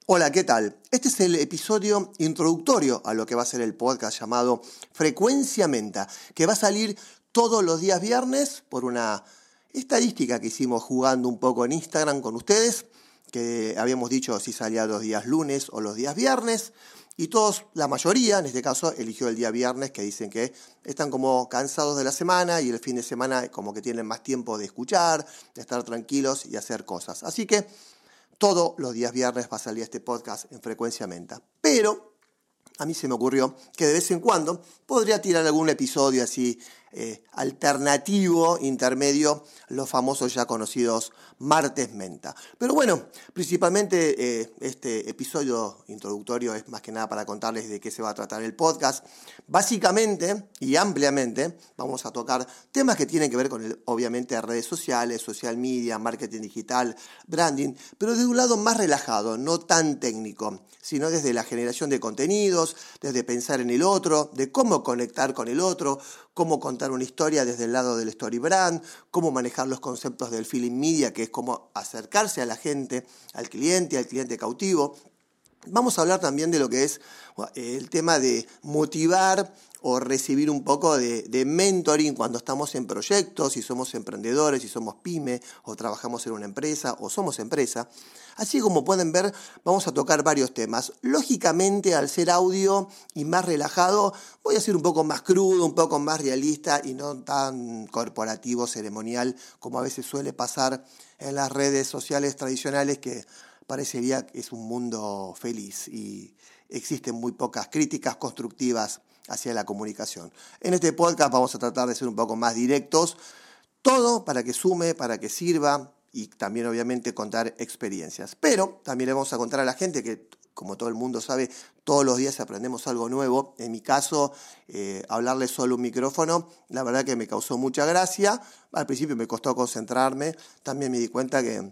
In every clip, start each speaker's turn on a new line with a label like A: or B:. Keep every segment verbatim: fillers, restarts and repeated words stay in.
A: Hola, ¿qué tal? Este es el episodio introductorio a lo que va a ser el podcast llamado Frecuencia Menta, que va a salir todos los días viernes por una estadística que hicimos jugando un poco en Instagram con ustedes, que habíamos dicho si salía los días lunes o los días viernes, y todos, la mayoría, en este caso, eligió el día viernes, que dicen que están como cansados de la semana y el fin de semana como que tienen más tiempo de escuchar, de estar tranquilos y hacer cosas. Así que todos los días viernes va a salir este podcast en Frecuencia Menta. Pero a mí se me ocurrió que de vez en cuando podría tirar algún episodio así eh, alternativo, intermedio, los famosos ya conocidos Martes Menta. Pero bueno, principalmente eh, este episodio introductorio es más que nada para contarles de qué se va a tratar el podcast. Básicamente y ampliamente vamos a tocar temas que tienen que ver con, el, obviamente, redes sociales, social media, marketing digital, branding, pero desde un lado más relajado, no tan técnico, sino desde la generación de contenidos, desde pensar en el otro, de cómo conectar con el otro, cómo contar una historia desde el lado del story brand, cómo manejar los conceptos del feeling media, que es cómo acercarse a la gente, al cliente, al cliente cautivo. Vamos a hablar también de lo que es el tema de motivar o recibir un poco de, de mentoring cuando estamos en proyectos, si somos emprendedores, si somos pyme o trabajamos en una empresa o somos empresa. Así como pueden ver, vamos a tocar varios temas. Lógicamente, al ser audio y más relajado, voy a ser un poco más crudo, un poco más realista y no tan corporativo, ceremonial, como a veces suele pasar en las redes sociales tradicionales, que parecería que es un mundo feliz y existen muy pocas críticas constructivas hacia la comunicación. En este podcast vamos a tratar de ser un poco más directos, todo para que sume, para que sirva y también obviamente contar experiencias. Pero también le vamos a contar a la gente que, como todo el mundo sabe, todos los días aprendemos algo nuevo. En mi caso, eh, hablarle solo un micrófono, la verdad que me causó mucha gracia. Al principio me costó concentrarme, también me di cuenta que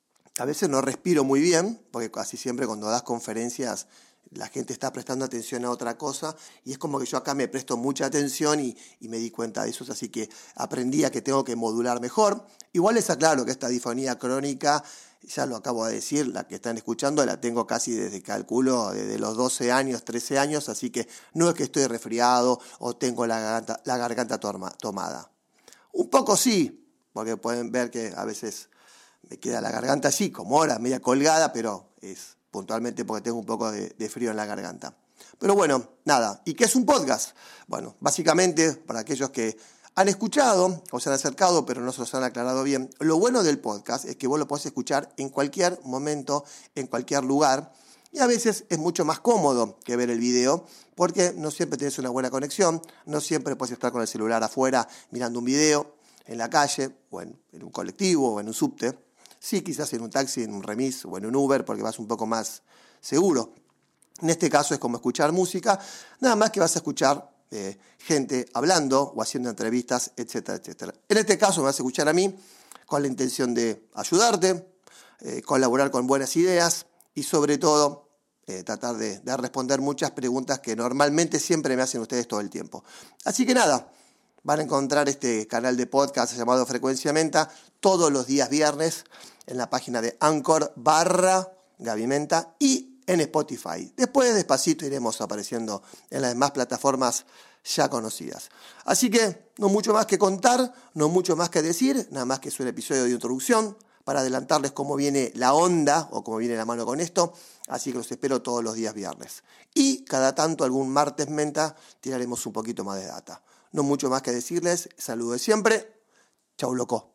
A: a veces no respiro muy bien, porque casi siempre cuando das conferencias la gente está prestando atención a otra cosa y es como que yo acá me presto mucha atención y, y me di cuenta de eso, así que aprendí a que tengo que modular mejor. Igual les aclaro que esta difonía crónica, ya lo acabo de decir, la que están escuchando la tengo casi desde, calculo, desde los doce años, trece años, así que no es que estoy resfriado o tengo la garganta, la garganta torma, tomada. Un poco sí, porque pueden ver que a veces me queda la garganta así, como ahora, media colgada, pero es puntualmente porque tengo un poco de, de frío en la garganta. Pero bueno, nada. ¿Y qué es un podcast? Bueno, básicamente, para aquellos que han escuchado o se han acercado, pero no se los han aclarado bien, lo bueno del podcast es que vos lo podés escuchar en cualquier momento, en cualquier lugar, y a veces es mucho más cómodo que ver el video, porque no siempre tenés una buena conexión, no siempre puedes estar con el celular afuera mirando un video, en la calle, o en, en un colectivo, o en un subte. Sí, quizás en un taxi, en un remis o en un Uber, porque vas un poco más seguro. En este caso es como escuchar música, nada más que vas a escuchar eh, gente hablando o haciendo entrevistas, etcétera, etcétera. En este caso me vas a escuchar a mí con la intención de ayudarte, eh, colaborar con buenas ideas y sobre todo eh, tratar de, de responder muchas preguntas que normalmente siempre me hacen ustedes todo el tiempo. Así que nada, van a encontrar este canal de podcast llamado Frecuencia Menta todos los días viernes en la página de Anchor barra Gaby Menta y en Spotify. Después, despacito, iremos apareciendo en las demás plataformas ya conocidas. Así que no mucho más que contar, no mucho más que decir, nada más que es un episodio de introducción para adelantarles cómo viene la onda o cómo viene la mano con esto. Así que los espero todos los días viernes. Y cada tanto, algún martes menta, tiraremos un poquito más de data. No mucho más que decirles, saludos de siempre, chau loco.